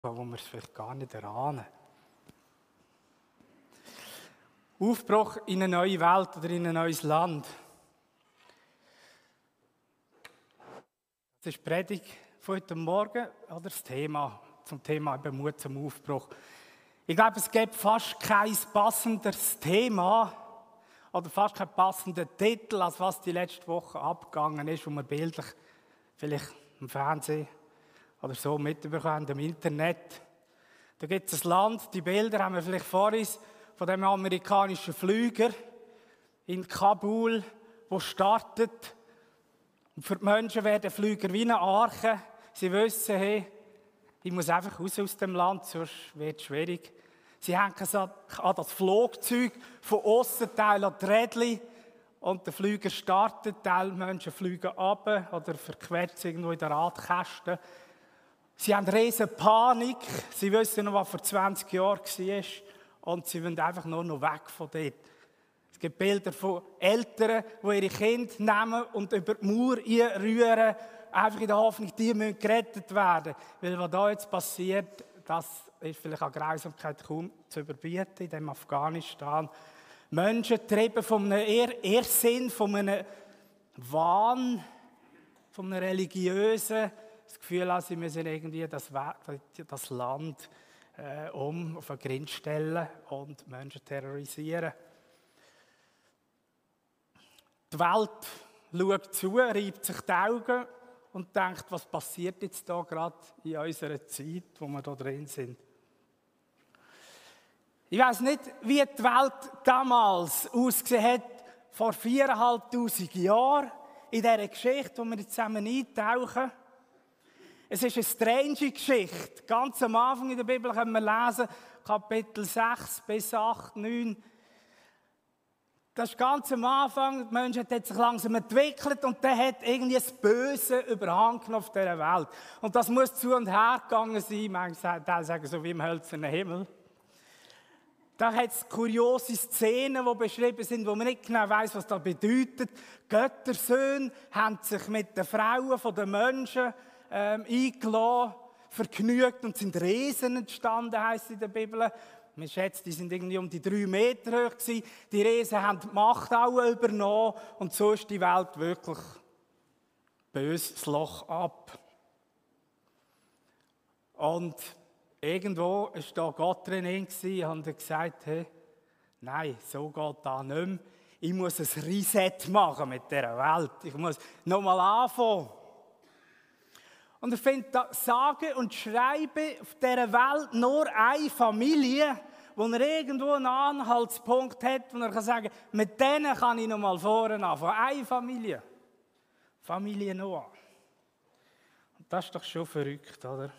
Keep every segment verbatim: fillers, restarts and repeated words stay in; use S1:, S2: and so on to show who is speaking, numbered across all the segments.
S1: wo wir es vielleicht gar nicht erahnen. Aufbruch in eine neue Welt oder in ein neues Land. Das ist die Predigt von heute Morgen oder das Thema zum Thema eben Mut zum Aufbruch. Ich glaube, es gibt fast kein passenderes Thema oder fast keinen passenden Titel, als was die letzte Woche abgegangen ist, wo man bildlich vielleicht im Fernsehen oder so mitbekommen im Internet. Da gibt es ein Land, die Bilder haben wir vielleicht vor uns, von dem amerikanischen Flüger in Kabul, der startet. Und für die Menschen werden der Flüger wie eine Arche. Sie wissen, hey, ich muss einfach raus aus dem Land, sonst wird es schwierig. Sie hängen es an das Flugzeug, von aussen Teil an die Rädchen und der Flüger startet, Teil Menschen fliegen runter oder verquetscht irgendwo in der Radkästen. Sie haben riesen Panik, sie wissen noch, was vor zwanzig Jahren war und sie wollen einfach nur noch weg von dort. Es gibt Bilder von Eltern, die ihre Kinder nehmen und über die Mauer rühren, einfach in der Hoffnung, die müssen gerettet werden. Weil was da jetzt passiert, das ist vielleicht an Grausamkeit kaum zu überbieten in dem Afghanistan. Menschen getrieben von einem Irrsinn, von einem Wahn, von einem religiösen, das Gefühl haben, sie müssen irgendwie das, das Land äh, um auf den Grind stellen und Menschen terrorisieren. Die Welt schaut zu, reibt sich die Augen und denkt, was passiert jetzt da gerade in unserer Zeit, wo wir da drin sind. Ich weiss nicht, wie die Welt damals ausgesehen hat, vor viertausendfünfhundert Jahren, in dieser Geschichte, wo wir jetzt zusammen eintauchen. Es ist eine strange Geschichte. Ganz am Anfang in der Bibel können wir lesen, Kapitel sechs bis acht, neun. Das ist ganz am Anfang, die Menschheit hat sich langsam entwickelt und dann hat irgendwie das Böse überhand genommen auf dieser Welt. Und das muss zu und her gegangen sein, manche sagen so wie im hölzernen Himmel. Da hat es kuriose Szenen, die beschrieben sind, wo man nicht genau weiss, was das bedeutet. Göttersöhne haben sich mit den Frauen der Menschen ähm, eingeladen, vergnügt und sind Riesen entstanden, heisst es in der Bibel. Man schätzt, die sind irgendwie um die drei Meter hoch gewesen. Die Riesen haben die Macht auch übernommen und so ist die Welt wirklich böses Loch ab. Und irgendwo war da Gott drin und hat gesagt, hey, nein, so geht das nicht mehr. Ich muss ein Reset machen mit dieser Welt. Ich muss nochmal anfangen. Und ich finde, sage und schreibe auf dieser Welt nur eine Familie, wo er irgendwo einen Anhaltspunkt hat, wo er kann sagen, mit denen kann ich nochmal vorne anfangen. Eine Familie. Familie Noah. Und das ist doch schon verrückt, oder?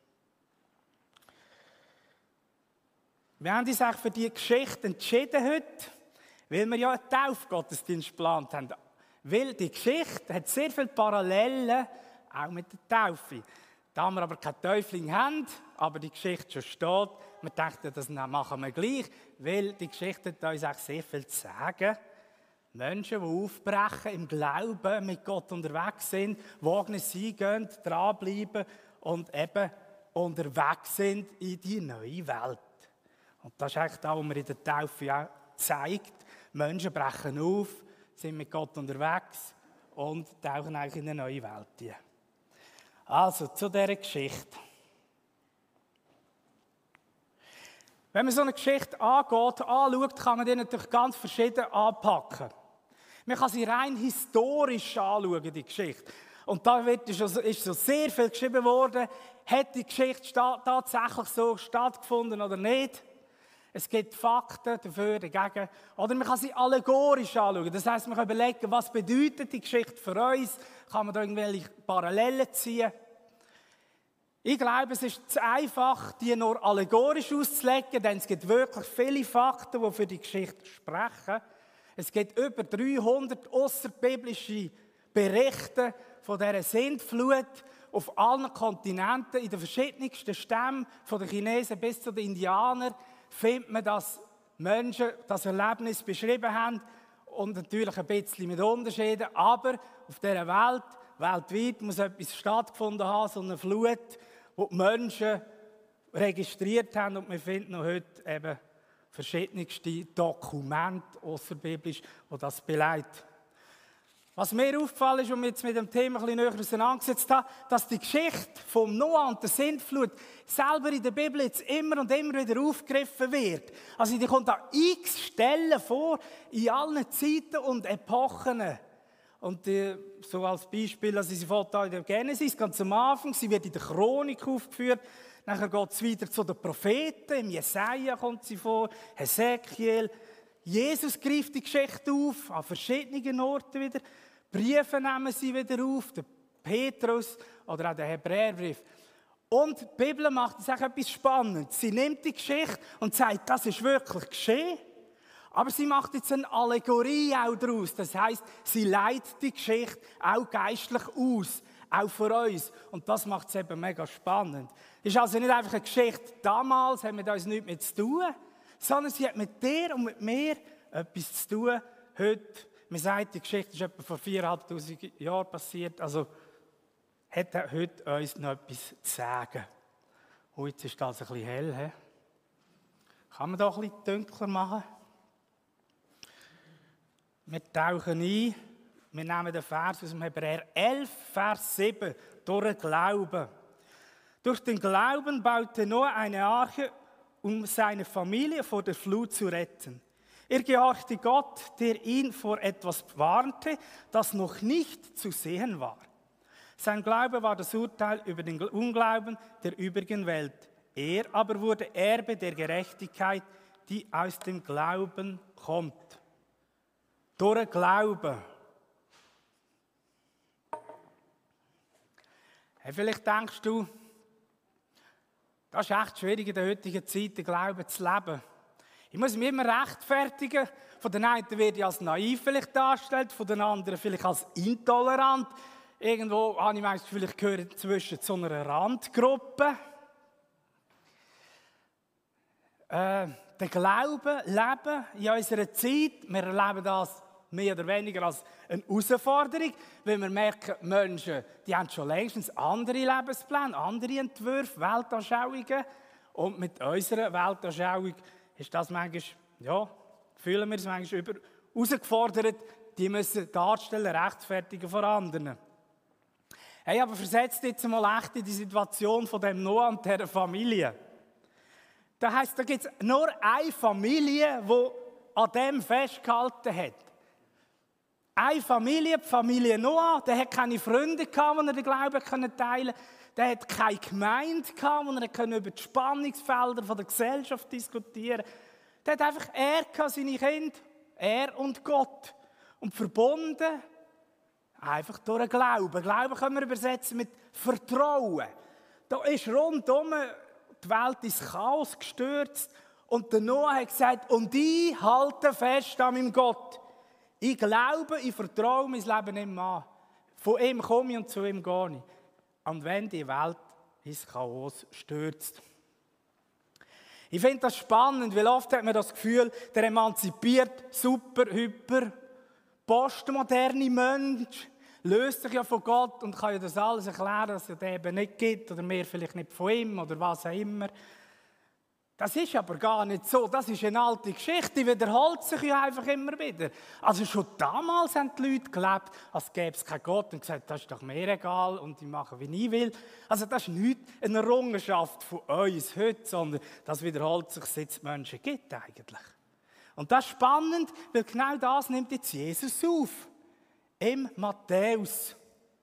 S1: Wir haben uns eigentlich für diese Geschichte entschieden heute, weil wir ja einen Taufgottesdienst geplant haben. Weil die Geschichte hat sehr viele Parallelen, auch mit der Taufe. Da wir aber kein Täufling haben, aber die Geschichte schon steht, wir dachten, das machen wir gleich, weil die Geschichte hat uns auch sehr viel zu sagen. Menschen, die aufbrechen, im Glauben mit Gott unterwegs sind, Wagnis eingehen, dranbleiben und eben unterwegs sind in die neue Welt. Und das ist eigentlich das, was man in der Taufe auch zeigt. Menschen brechen auf, sind mit Gott unterwegs und tauchen eigentlich in eine neue Welt. Also, zu dieser Geschichte. Wenn man so eine Geschichte angeht, anschaut, kann man die natürlich ganz verschieden anpacken. Man kann sie rein historisch anschauen, die Geschichte. Und da wird schon, ist so sehr viel geschrieben worden, hat die Geschichte tatsächlich so stattgefunden oder nicht. Es gibt Fakten dafür, dagegen. Oder man kann sie allegorisch anschauen. Das heisst, man kann überlegen, was bedeutet die Geschichte für uns? Kann man da irgendwelche Parallelen ziehen? Ich glaube, es ist zu einfach, die nur allegorisch auszulegen, denn es gibt wirklich viele Fakten, die für die Geschichte sprechen. Es gibt über dreihundert außerbiblische Berichte von dieser Sintflut auf allen Kontinenten, in den verschiedensten Stämmen, von den Chinesen bis zu den Indianern, findet man, dass Menschen das Erlebnis beschrieben haben und natürlich ein bisschen mit Unterschieden, aber auf dieser Welt, weltweit muss etwas stattgefunden haben, so eine Flut, wo die Menschen registriert haben. Und wir finden noch heute eben verschiedenste Dokumente, ausserbiblisch, die das beleidigen. Was mir aufgefallen ist, und wir jetzt mit dem Thema ein bisschen näher auseinandergesetzt haben, dass die Geschichte vom Noah und der Sintflut selber in der Bibel jetzt immer und immer wieder aufgegriffen wird. Also die kommt an x Stellen vor, in allen Zeiten und Epochen. Und die, so als Beispiel, also sie fängt an in der Genesis, ganz am Anfang, sie wird in der Chronik aufgeführt, nachher geht es wieder zu den Propheten, im Jesaja kommt sie vor, Hesekiel. Jesus greift die Geschichte auf, an verschiedenen Orten wieder. Briefe nehmen sie wieder auf, der Petrus oder auch der Hebräerbrief. Und die Bibel macht es auch etwas Spannendes. Sie nimmt die Geschichte und sagt, das ist wirklich geschehen. Aber sie macht jetzt eine Allegorie auch daraus. Das heisst, sie leitet die Geschichte auch geistlich aus, auch für uns. Und das macht es eben mega spannend. Es ist also nicht einfach eine Geschichte damals, haben wir da uns nichts mehr zu tun, sondern sie hat mit dir und mit mir etwas zu tun. Heute, man sagt, die Geschichte ist etwa vor viertausendfünfhundert Jahren passiert, also hat er heute uns noch etwas zu sagen. Und jetzt ist das ein bisschen hell. He? Kann man da ein bisschen dunkler machen? Wir tauchen ein, wir nehmen den Vers aus dem Hebräer elf, Vers sieben, durch den Glauben. Durch den Glauben baute Noah eine Arche, um seine Familie vor der Flut zu retten. Er gehorchte Gott, der ihn vor etwas warnte, das noch nicht zu sehen war. Sein Glaube war das Urteil über den Unglauben der übrigen Welt. Er aber wurde Erbe der Gerechtigkeit, die aus dem Glauben kommt. Durch den Glauben. Hey, vielleicht denkst du, das ist echt schwierig in der heutigen Zeit, den Glauben zu leben. Ich muss mich immer rechtfertigen. Von den einen werde ich als naiv vielleicht dargestellt, von den anderen vielleicht als intolerant. Irgendwo habe ich meistens das Gefühl, ich gehöre inzwischen zu einer Randgruppe. Äh, den Glauben leben in unserer Zeit, wir erleben das mehr oder weniger als eine Herausforderung, weil wir merken, Menschen, die haben schon längstens andere Lebenspläne, andere Entwürfe, Weltanschauungen. Und mit unserer Weltanschauung ist das manchmal, ja, fühlen wir es manchmal über, herausgefordert, die müssen darstellen, rechtfertigen vor anderen. Hey, aber versetzt jetzt mal echt in die Situation von dem Noah und dieser Familie. Das heisst, da gibt es nur eine Familie, die an dem festgehalten hat. Eine Familie, die Familie Noah, der hat keine Freunde gehabt, die er den Glauben teilen konnte. Der hat keine Gemeinde gehabt, wo er über die Spannungsfelder der Gesellschaft diskutieren konnte. Der hat einfach er gehabt, seine Kinder, er und Gott. Und verbunden einfach durch den Glauben. Glauben können wir übersetzen mit Vertrauen. Da ist rundum die Welt ins Chaos gestürzt. Und der Noah hat gesagt, und ich halte fest an meinem Gott. Ich glaube, ich vertraue mein Leben ihm an. Von ihm komme ich und zu ihm gehe ich. Und wenn die Welt ins Chaos stürzt. Ich finde das spannend, weil oft hat man das Gefühl, der emanzipiert, super, hyper, postmoderne Mensch löst sich ja von Gott und kann ja das alles erklären, dass es den eben nicht gibt oder mehr vielleicht nicht von ihm oder was auch immer. Das ist aber gar nicht so. Das ist eine alte Geschichte, die wiederholt sich ja einfach immer wieder. Also schon damals haben die Leute gelebt, als gäbe es keinen Gott und gesagt, das ist doch mir egal und ich mache, wie ich will. Also das ist nicht eine Errungenschaft von uns heute, sondern das wiederholt sich, seit es Menschen gibt eigentlich. Und das ist spannend, weil genau das nimmt jetzt Jesus auf. Im Matthäus.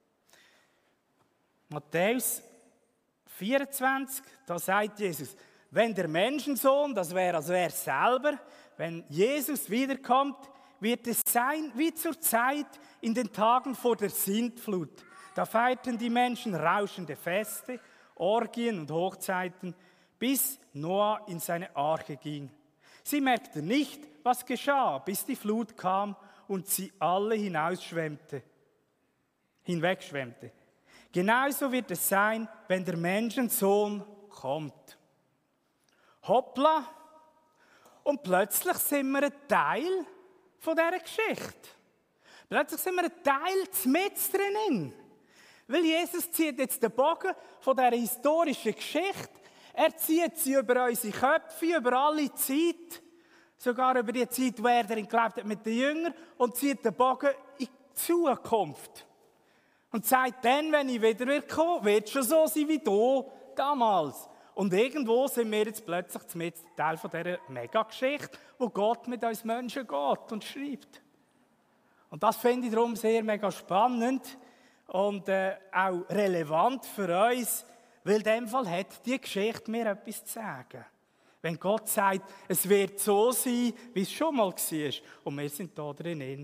S1: Matthäus vierundzwanzig, da sagt Jesus, wenn der Menschensohn, das wäre als wäre selber, wenn Jesus wiederkommt, wird es sein wie zur Zeit in den Tagen vor der Sintflut. Da feierten die Menschen rauschende Feste, Orgien und Hochzeiten, bis Noah in seine Arche ging. Sie merkten nicht, was geschah, bis die Flut kam und sie alle hinausschwemmte, hinwegschwemmte. Genauso wird es sein, wenn der Menschensohn kommt. Hoppla! Und plötzlich sind wir ein Teil von dieser Geschichte. Plötzlich sind wir ein Teil mit drin. Weil Jesus zieht jetzt den Bogen von dieser historischen Geschichte. Er zieht sie über unsere Köpfe, über alle Zeit, sogar über die Zeit, wo er darin gelebt hat mit den Jüngern, und zieht den Bogen in die Zukunft. Und sagt dann, wenn ich wieder komme, wird es schon so sein wie du damals. Und irgendwo sind wir jetzt plötzlich mit Teil von dieser Mega-Geschichte, wo Gott mit uns Menschen geht und schreibt. Und das finde ich darum sehr mega spannend und äh, auch relevant für uns, weil in dem Fall hat die Geschichte mir etwas zu sagen. Wenn Gott sagt, es wird so sein, wie es schon mal war, und wir sind da drin.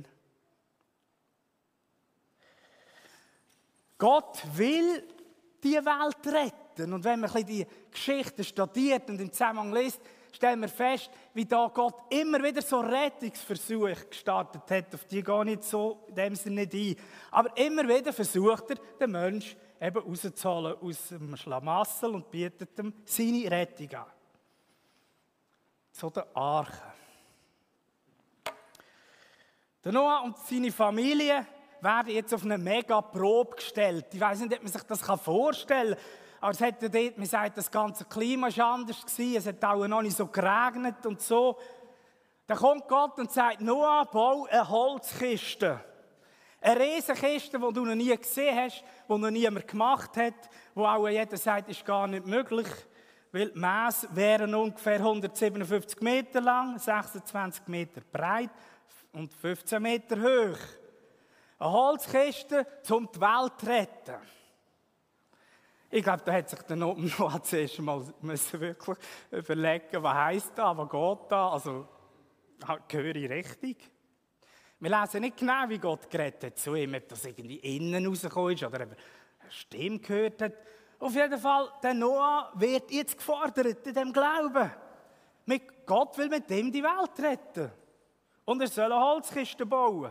S1: Gott will die Welt retten. Und wenn man ein bisschen die Geschichte studiert und im Zusammenhang liest, stellen wir fest, wie da Gott immer wieder so Rettungsversuche gestartet hat. Auf die gehe ich nicht so in dem Sinne nicht ein. Aber immer wieder versucht er, den Menschen eben rauszuholen aus dem Schlamassel und bietet ihm seine Rettung an. Zu der Arche. Der Noah und seine Familie werden jetzt auf eine Mega-Probe gestellt. Ich weiss nicht, ob man sich das vorstellen kann, aber es hat ja dort, man sagt, das ganze Klima war anders gewesen, es hat auch noch nicht so geregnet und so. Dann kommt Gott und sagt, Noah, bau eine Holzkiste. Eine Riesenkiste, die du noch nie gesehen hast, die noch niemand gemacht hat, wo auch jeder sagt, ist gar nicht möglich, weil die Maße wären ungefähr hundertsiebenundfünfzig Meter lang, sechsundzwanzig Meter breit und fünfzehn Meter hoch. Eine Holzkiste, um die Welt zu retten. Ich glaube, da hat sich der Noah zuerst mal müssen wirklich überlegen, was heisst das, was geht da, also gehöre ich richtig? Wir lesen nicht genau, wie Gott geredet hat zu ihm, ob das irgendwie innen rausgekommen ist oder ob er eine Stimme gehört hat. Auf jeden Fall, der Noah wird jetzt gefordert in dem Glauben. Mit Gott will mit ihm die Welt retten. Und er soll eine Holzkiste bauen.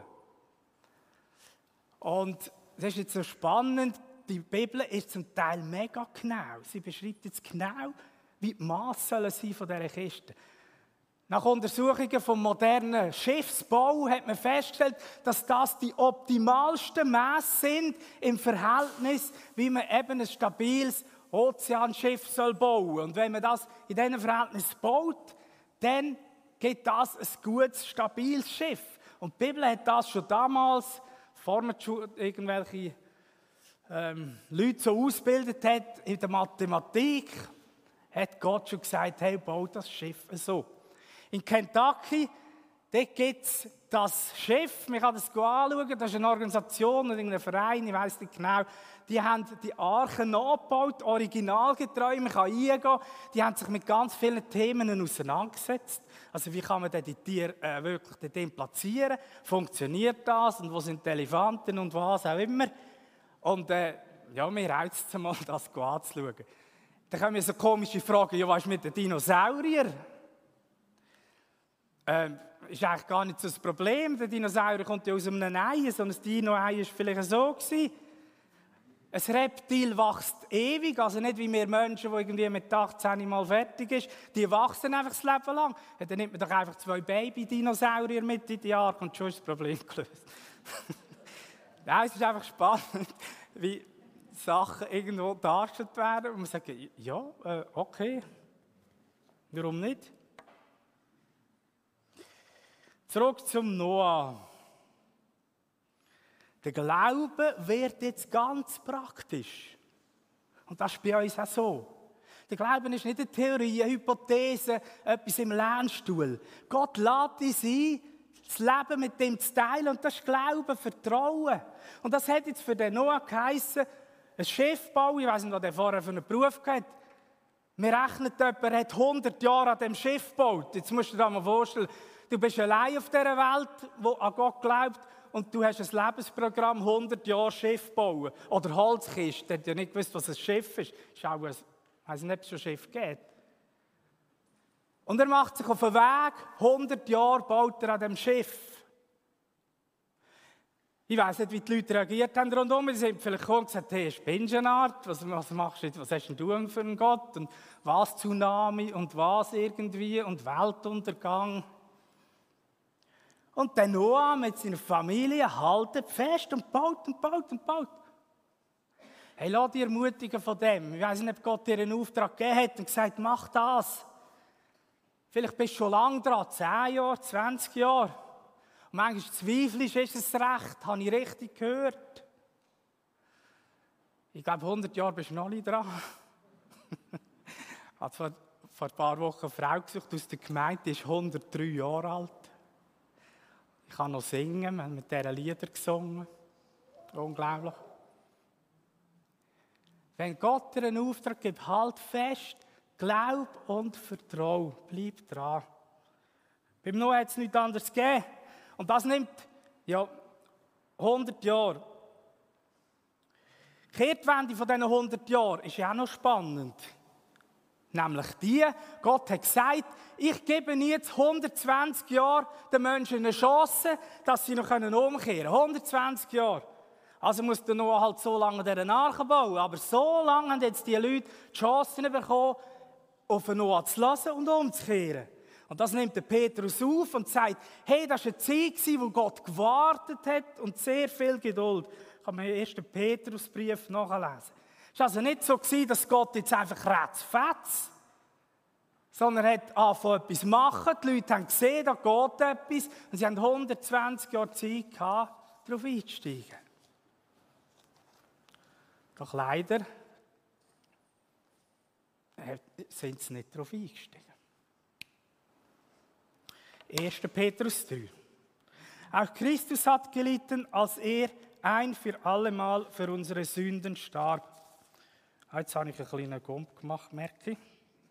S1: Und das ist jetzt so spannend, die Bibel ist zum Teil mega genau. Sie beschreibt jetzt genau, wie die Masse sollen sein von dieser Kiste. Nach Untersuchungen vom modernen Schiffsbau hat man festgestellt, dass das die optimalsten Maße sind im Verhältnis, wie man eben ein stabiles Ozeanschiff soll bauen. Und wenn man das in diesem Verhältnis baut, dann gibt das ein gutes, stabiles Schiff. Und die Bibel hat das schon damals, bevor man irgendwelche ähm, Leute so ausgebildet hat in der Mathematik, hat Gott schon gesagt, hey, bau das Schiff so. In Kentucky, dort gibt es das Schiff, man kann das anschauen, das ist eine Organisation oder ein Verein, ich weiss nicht genau, die haben die Arche nachgebaut, originalgetreu, man kann reingehen, die haben sich mit ganz vielen Themen auseinandergesetzt. Also wie kann man denn die Tiere äh, wirklich dort platzieren, funktioniert das und wo sind die Elefanten und was auch immer. Und äh, ja, mir reizt es mal, das anzuschauen. Dann kommen mir so komische Fragen, ja, was ist mit den Dinosauriern? Ähm, ist eigentlich gar nicht so das Problem. Der Dinosaurier kommt ja aus einem Ei, so ein Dino-Ei war vielleicht so gewesen. Ein Reptil wächst ewig, also nicht wie wir Menschen, die irgendwie mit achtzehn Mal fertig ist. Die wachsen einfach das Leben lang. Ja, dann nimmt man doch einfach zwei Baby-Dinosaurier mit in die Arche und schon ist das Problem gelöst. Nein, es ist einfach spannend, wie Sachen irgendwo dargestellt werden und man sagt, ja, äh, okay, warum nicht? Zurück zum Noah. Der Glaube wird jetzt ganz praktisch. Und das ist bei uns auch so. Der Glaube ist nicht eine Theorie, eine Hypothese, etwas im Lernstuhl. Gott lädt uns ein, das Leben mit dem zu teilen. Und das ist Glauben, Vertrauen. Und das hat jetzt für den Noah geheissen, ein Schiff bauen. Ich weiss nicht, was der vorher für einen Beruf hat. Wir rechnen, jemand hat hundert Jahre an diesem Schiff gebaut. Jetzt musst du dir mal vorstellen, du bist allein auf dieser Welt, die an Gott glaubt, und du hast ein Lebensprogramm, hundert Jahre Schiff bauen. Oder Holzkiste. Der hat ja nicht gewusst, was ein Schiff ist. Das ist auch ein, ich weiss nicht, ob es schon ein Schiff gibt. Und er macht sich auf den Weg, hundert Jahre baut er an dem Schiff. Ich weiss nicht, wie die Leute reagiert haben rundherum. Sie sind vielleicht gekommen und gesagt, hey, spinnst du eine Art? Was, was machst du jetzt? Was hast denn du für einen Gott? Und was Tsunami und was irgendwie und Weltuntergang. Und der Noah mit seiner Familie haltet fest und baut und baut und baut. Hey, lass dich ermutigen von dem. Ich weiss nicht, ob Gott dir einen Auftrag gegeben hat und gesagt, mach das. Vielleicht bist du schon lange dran, zehn Jahre, zwanzig Jahre. Und manchmal zweifelst, ist es recht, habe ich richtig gehört? Ich glaube, hundert Jahre bist du noch nicht dran. Ich habe vor, vor ein paar Wochen eine Frau gesucht aus der Gemeinde, die ist hundertdrei Jahre alt. Ich kann noch singen, wir haben mit dieser Lieder gesungen. Unglaublich. Wenn Gott dir einen Auftrag gibt, halt fest, glaub und vertrau. Bleib dran. Beim Noah hat es nichts anderes gegeben. Und das nimmt ja hundert Jahre. Die Kehrtwende von diesen hundert Jahren ist ja auch noch spannend. Nämlich die, Gott hat gesagt, ich gebe jetzt hundertzwanzig Jahre den Menschen eine Chance, dass sie noch umkehren können. hundertzwanzig Jahre. Also muss der Noah halt so lange diesen Arche bauen. Aber so lange haben jetzt die Leute die Chance bekommen, auf den Noah zu lassen und umzukehren. Und das nimmt der Petrus auf und sagt, hey, das war eine Zeit, wo Gott gewartet hat und sehr viel Geduld. Ich kann mir den ersten Petrusbrief nachlesen. Es war also nicht so, dass Gott jetzt einfach ratzfatz, sondern er hat angefangen, etwas zu machen. Die Leute haben gesehen, da geht etwas. Und sie haben hundertzwanzig Jahre Zeit gehabt, darauf einzusteigen. Doch leider sind sie nicht darauf eingestiegen. erster Petrus drei. Auch Christus hat gelitten, als er ein für allemal für unsere Sünden starb. Jetzt habe ich einen kleinen Gump gemacht, merke ich.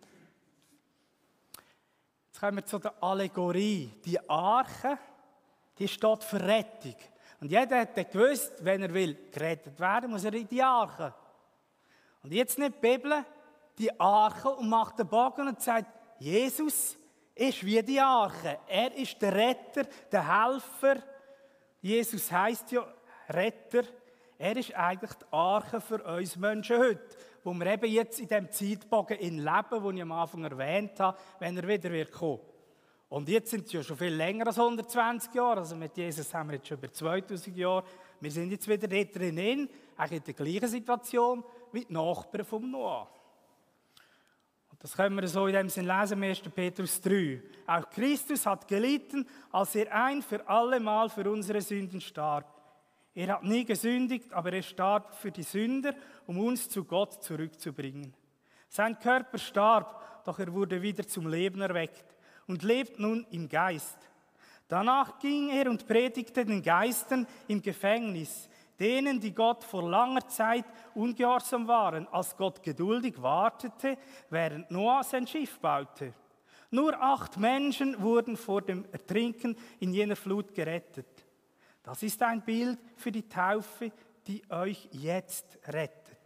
S1: Jetzt kommen wir zu der Allegorie. Die Arche, die steht für Rettung. Und jeder hat gewusst, wenn er will gerettet werden, muss er in die Arche. Und jetzt nimmt die Bibel die Arche und macht den Bogen und sagt, Jesus ist wie die Arche. Er ist der Retter, der Helfer. Jesus heisst ja Retter. Er ist eigentlich die Arche für uns Menschen heute, wo wir eben jetzt in dem Zeitbogen in leben, den ich am Anfang erwähnt habe, wenn er wieder wird kommen. Und jetzt sind es ja schon viel länger als hundertzwanzig Jahre. Also mit Jesus haben wir jetzt schon über zweitausend Jahre. Wir sind jetzt wieder dort drinnen, eigentlich in der gleichen Situation wie die Nachbarn vom Noah. Und das können wir so in dem Sinn lesen, erster Petrus drei. Auch Christus hat gelitten, als er ein für alle Mal für unsere Sünden starb. Er hat nie gesündigt, aber er starb für die Sünder, um uns zu Gott zurückzubringen. Sein Körper starb, doch er wurde wieder zum Leben erweckt und lebt nun im Geist. Danach ging er und predigte den Geistern im Gefängnis, denen, die Gott vor langer Zeit ungehorsam waren, als Gott geduldig wartete, während Noah sein Schiff baute. Nur acht Menschen wurden vor dem Ertrinken in jener Flut gerettet. Das ist ein Bild für die Taufe, die euch jetzt rettet.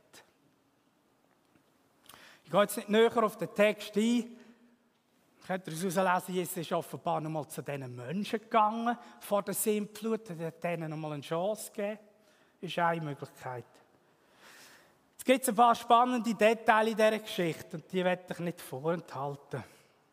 S1: Ich gehe jetzt nicht näher auf den Text ein. Könnt ihr es herauslesen, Jesus ist offenbar noch mal zu diesen Menschen gegangen vor der Sintflut, er hat denen noch mal eine Chance gegeben. Das ist eine Möglichkeit. Jetzt gibt es ein paar spannende Details in dieser Geschichte und die werde ich nicht vorenthalten.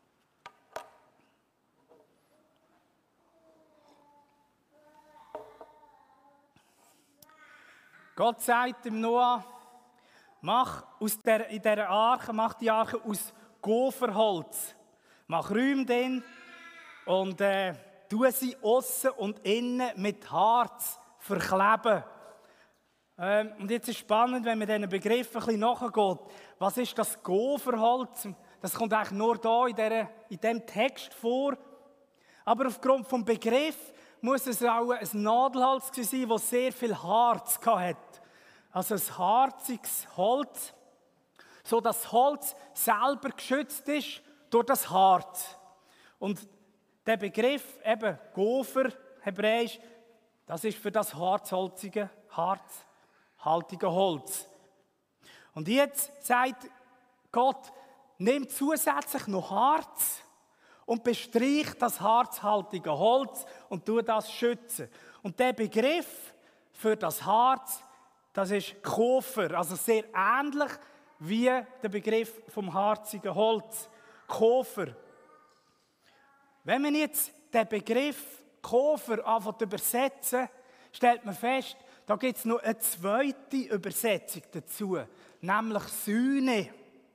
S1: Gott sagt dem Noah, mach aus der, in dieser Arche, mach die Arche aus Gopherholz. Mach Räume drin und äh, tu sie aussen und innen mit Harz verkleben. Ähm, und jetzt ist es spannend, wenn man diesen Begriff ein bisschen nachgeht. Was ist das Gopherholz? Das kommt eigentlich nur da in, dieser, in diesem Text vor. Aber aufgrund des Begriffs muss es auch ein Nadelholz sein, das sehr viel Harz hatte. Also ein harziges Holz, so dass das Holz selber geschützt ist durch das Harz. Und der Begriff, eben Gopher, hebräisch, das ist für das harzholzige, harzhaltige Holz. Und jetzt sagt Gott, nimm zusätzlich noch Harz und bestrich das harzhaltige Holz und tu das schützen. Und der Begriff für das Harz, das ist Gopher, also sehr ähnlich wie der Begriff vom harzigen Holz. Gopher. Wenn man jetzt den Begriff Gopher anfängt zu übersetzen, stellt man fest, da gibt es noch eine zweite Übersetzung dazu, nämlich Sühne.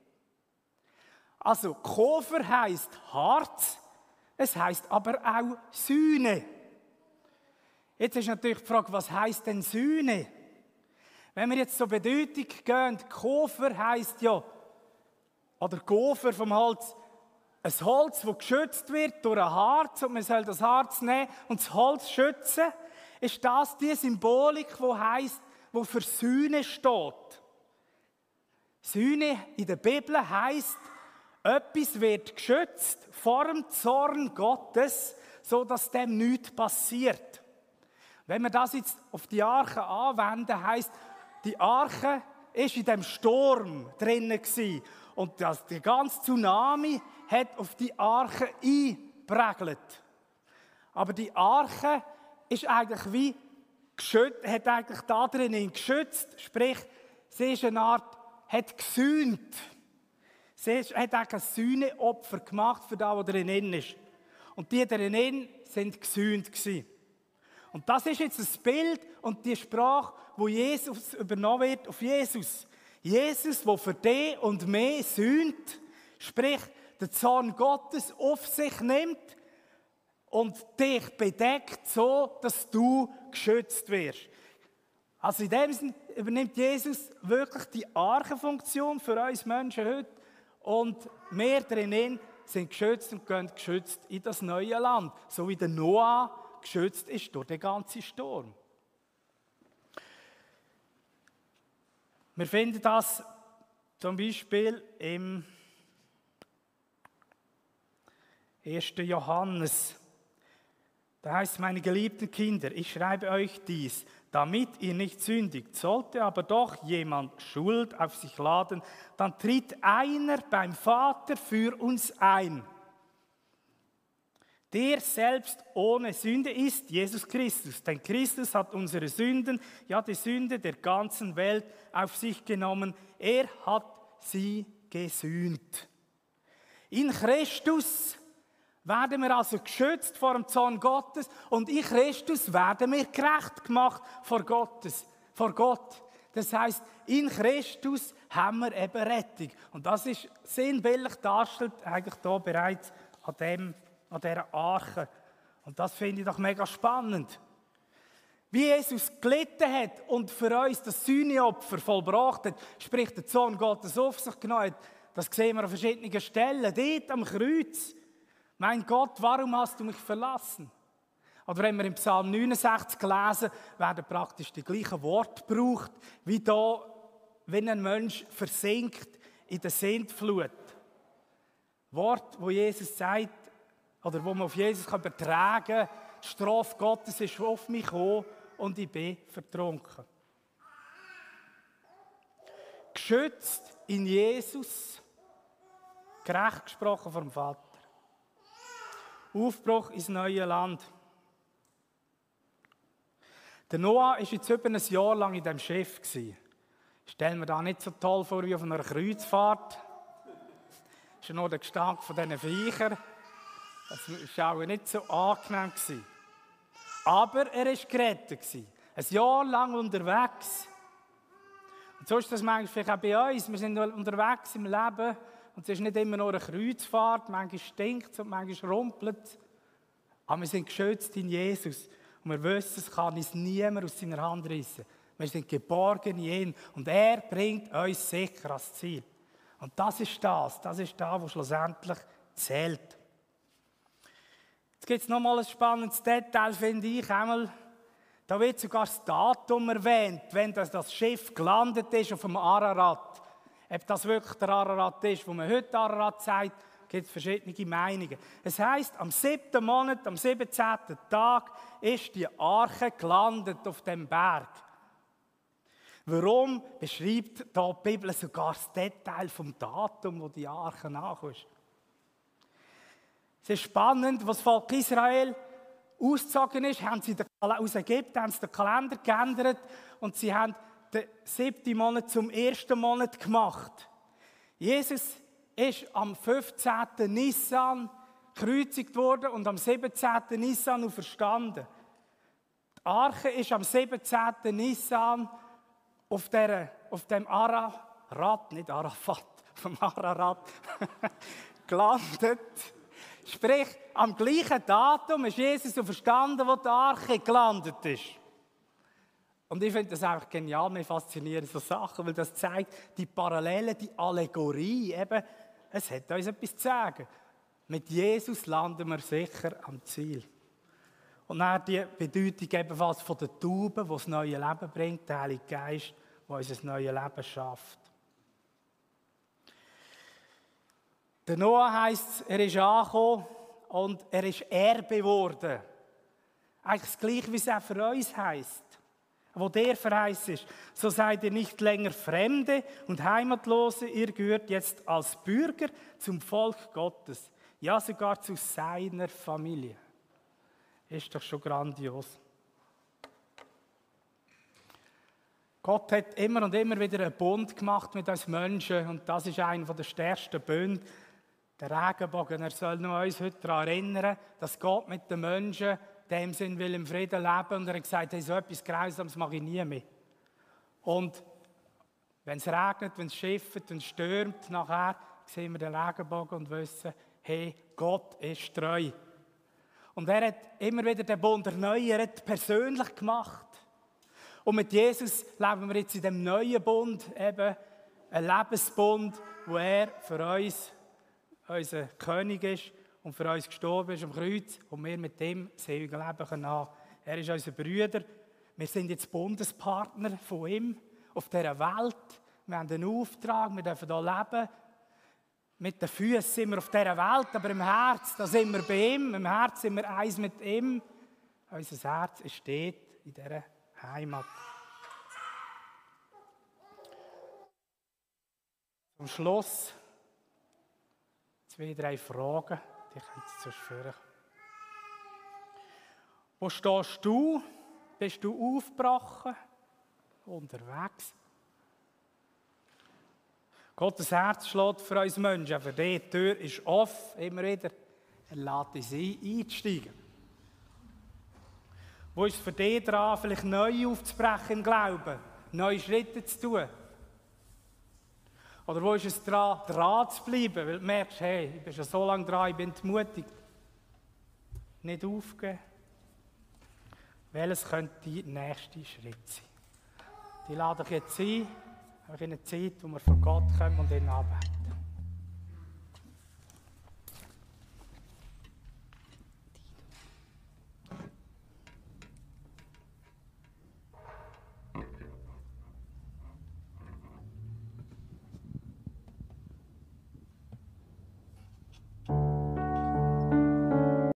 S1: Also Kofer heisst Harz, es heisst aber auch Sühne. Jetzt ist natürlich die Frage, was heisst denn Sühne? Wenn wir jetzt zur Bedeutung gehen, Kofer heisst ja, oder Kofer vom Holz, ein Holz, das geschützt wird durch ein Harz, und man soll das Harz nehmen und das Holz schützen, ist das die Symbolik, die heisst, die für Sühne steht. Sühne in der Bibel heisst, etwas wird geschützt vor dem Zorn Gottes, sodass dem nichts passiert. Wenn wir das jetzt auf die Arche anwenden, heisst, die Arche war in dem Sturm drinnen gewesen. Und das, der ganze Tsunami hat auf die Arche eingeprägelt. Aber die Arche ist eigentlich wie geschützt, hat eigentlich da drinnen geschützt, sprich, sie ist eine Art, hat gesühnt. Sie hat eigentlich ein Sühneopfer gemacht für das, was drinnen ist. Und die drinnen sind gesühnt gewesen. Und das ist jetzt das Bild und die Sprache, wo Jesus übernommen wird auf Jesus. Jesus, der für dich und mich sühnt, sprich, den Zorn Gottes auf sich nimmt und dich bedeckt, so dass du geschützt wirst. Also in dem Sinne übernimmt Jesus wirklich die Archenfunktion für uns Menschen heute. Und wir drinnen sind geschützt und gehen geschützt in das neue Land, so wie der Noah geschützt ist durch den ganzen Sturm. Wir finden das zum Beispiel im ersten Johannes. Da heißt es, meine geliebten Kinder, ich schreibe euch dies, damit ihr nicht sündigt. Sollte aber doch jemand Schuld auf sich laden, dann tritt einer beim Vater für uns ein, der selbst ohne Sünde ist, Jesus Christus. Denn Christus hat unsere Sünden, ja die Sünde der ganzen Welt auf sich genommen. Er hat sie gesühnt. In Christus werden wir also geschützt vor dem Zorn Gottes und in Christus werden wir gerecht gemacht vor Gottes, vor Gott. Das heisst, in Christus haben wir eben Rettung. Und das ist sinnbildlich dargestellt eigentlich da bereits an dem an dieser Arche. Und das finde ich doch mega spannend. Wie Jesus gelitten hat und für uns das Sühneopfer vollbracht hat, sprich der Sohn Gottes auf sich genommen hat, das sehen wir an verschiedenen Stellen. Dort am Kreuz. Mein Gott, warum hast du mich verlassen? Oder wenn wir im Psalm neunundsechzig lesen, werden praktisch die gleichen Worte gebraucht, wie da, wenn ein Mensch versinkt in der Sintflut. Wort, wo Jesus sagt, oder wo man auf Jesus kann übertragen kann, die Strafe Gottes ist auf mich gekommen und ich bin vertrunken. Geschützt in Jesus, gerecht gesprochen vom Vater. Aufbruch ins neue Land. Der Noah war jetzt über ein Jahr lang in diesem Schiff. Stellen wir da nicht so toll vor wie auf einer Kreuzfahrt. Das ist ja nur der Gestank von diesen Viechern. Das war auch nicht so angenehm. Aber er war gerettet. Ein Jahr lang unterwegs. Und so ist das manchmal vielleicht auch bei uns. Wir sind unterwegs im Leben und es ist nicht immer nur eine Kreuzfahrt. Manchmal stinkt es und manchmal rumpelt es. Aber wir sind geschützt in Jesus. Und wir wissen, es kann uns niemand aus seiner Hand reissen. Wir sind geborgen in ihm und er bringt uns sicher ans Ziel. Und das ist das. Das ist das, was schlussendlich zählt. Jetzt gibt es noch mal ein spannendes Detail, finde ich. Einmal, da wird sogar das Datum erwähnt, wenn das, das Schiff gelandet ist auf dem Ararat. Ob das wirklich der Ararat ist, wo man heute Ararat sagt, gibt es verschiedene Meinungen. Es heisst, am siebten Monat, am siebenzehnten Tag, ist die Arche gelandet auf dem Berg. Warum beschreibt da die Bibel sogar das Detail vom Datum, wo die Arche nachkommt? Es ist spannend, was das Volk Israel ausgezogen ist, haben sie den, aus Ägypten haben sie den Kalender geändert und sie haben den siebten Monat zum ersten Monat gemacht. Jesus ist am fünfzehnten Nissan gekreuzigt worden und am siebenzehnten Nissan auferstanden. Die Die Arche ist am siebenzehnten Nissan auf, der, auf dem Ararat, nicht Arafat, vom Ararat, gelandet. Sprich, am gleichen Datum ist Jesus auferstanden, wo die Arche gelandet ist. Und ich finde das einfach genial, mir faszinieren so Sachen, weil das zeigt die Parallele, die Allegorie, eben, es hat uns etwas zu sagen. Mit Jesus landen wir sicher am Ziel. Und dann die Bedeutung ebenfalls von der Taube, die das neue Leben bringt, der Heilige Geist, der uns ein neues Leben schafft. Der Noah heisst, er ist angekommen und er ist Erbe geworden. Eigentlich das Gleiche, wie es auch für uns heisst. Wo der verheißen ist, so seid ihr nicht länger Fremde und Heimatlose, ihr gehört jetzt als Bürger zum Volk Gottes, ja sogar zu seiner Familie. Ist doch schon grandios. Gott hat immer und immer wieder einen Bund gemacht mit uns Menschen und das ist einer der stärksten Bünde. Der Regenbogen, er soll nur uns heute daran erinnern, dass Gott mit den Menschen in dem Sinn will im Frieden leben und er hat gesagt, hey, so etwas Grausames mache ich nie mehr. Und wenn es regnet, wenn es schifft, wenn es stürmt, nachher sehen wir den Regenbogen und wissen, hey, Gott ist treu. Und er hat immer wieder den Bund erneuert, persönlich gemacht. Und mit Jesus leben wir jetzt in dem neuen Bund, eben ein Lebensbund, wo er für uns unser König ist und für uns gestorben ist am Kreuz und wir mit dem das ewige Leben können haben. Er ist unser Bruder. Wir sind jetzt Bundespartner von ihm auf dieser Welt. Wir haben einen Auftrag, wir dürfen hier leben. Mit den Füßen sind wir auf dieser Welt, aber im Herz, da sind wir bei ihm. Im Herz sind wir eins mit ihm. Unser Herz steht in dieser Heimat. Zum Schluss zwei, drei Fragen, die könnt ihr sonst führen. Wo stehst du? Bist du aufgebrochen? Unterwegs? Gottes Herz schlägt für uns Menschen. Für die Tür ist offen, immer wieder. Er lädt uns ein, einzusteigen. Wo ist es für dich dran, vielleicht neu aufzubrechen im Glauben, neue Schritte zu tun? Oder wo ist es dran, dran zu bleiben, weil du merkst, hey, ich bin schon so lange dran, ich bin mutig. Nicht aufgeben. Welches könnte dein nächster Schritt sein? Die lade ich jetzt ein, in eine Zeit, wo wir vor Gott kommen und ihn anbeten.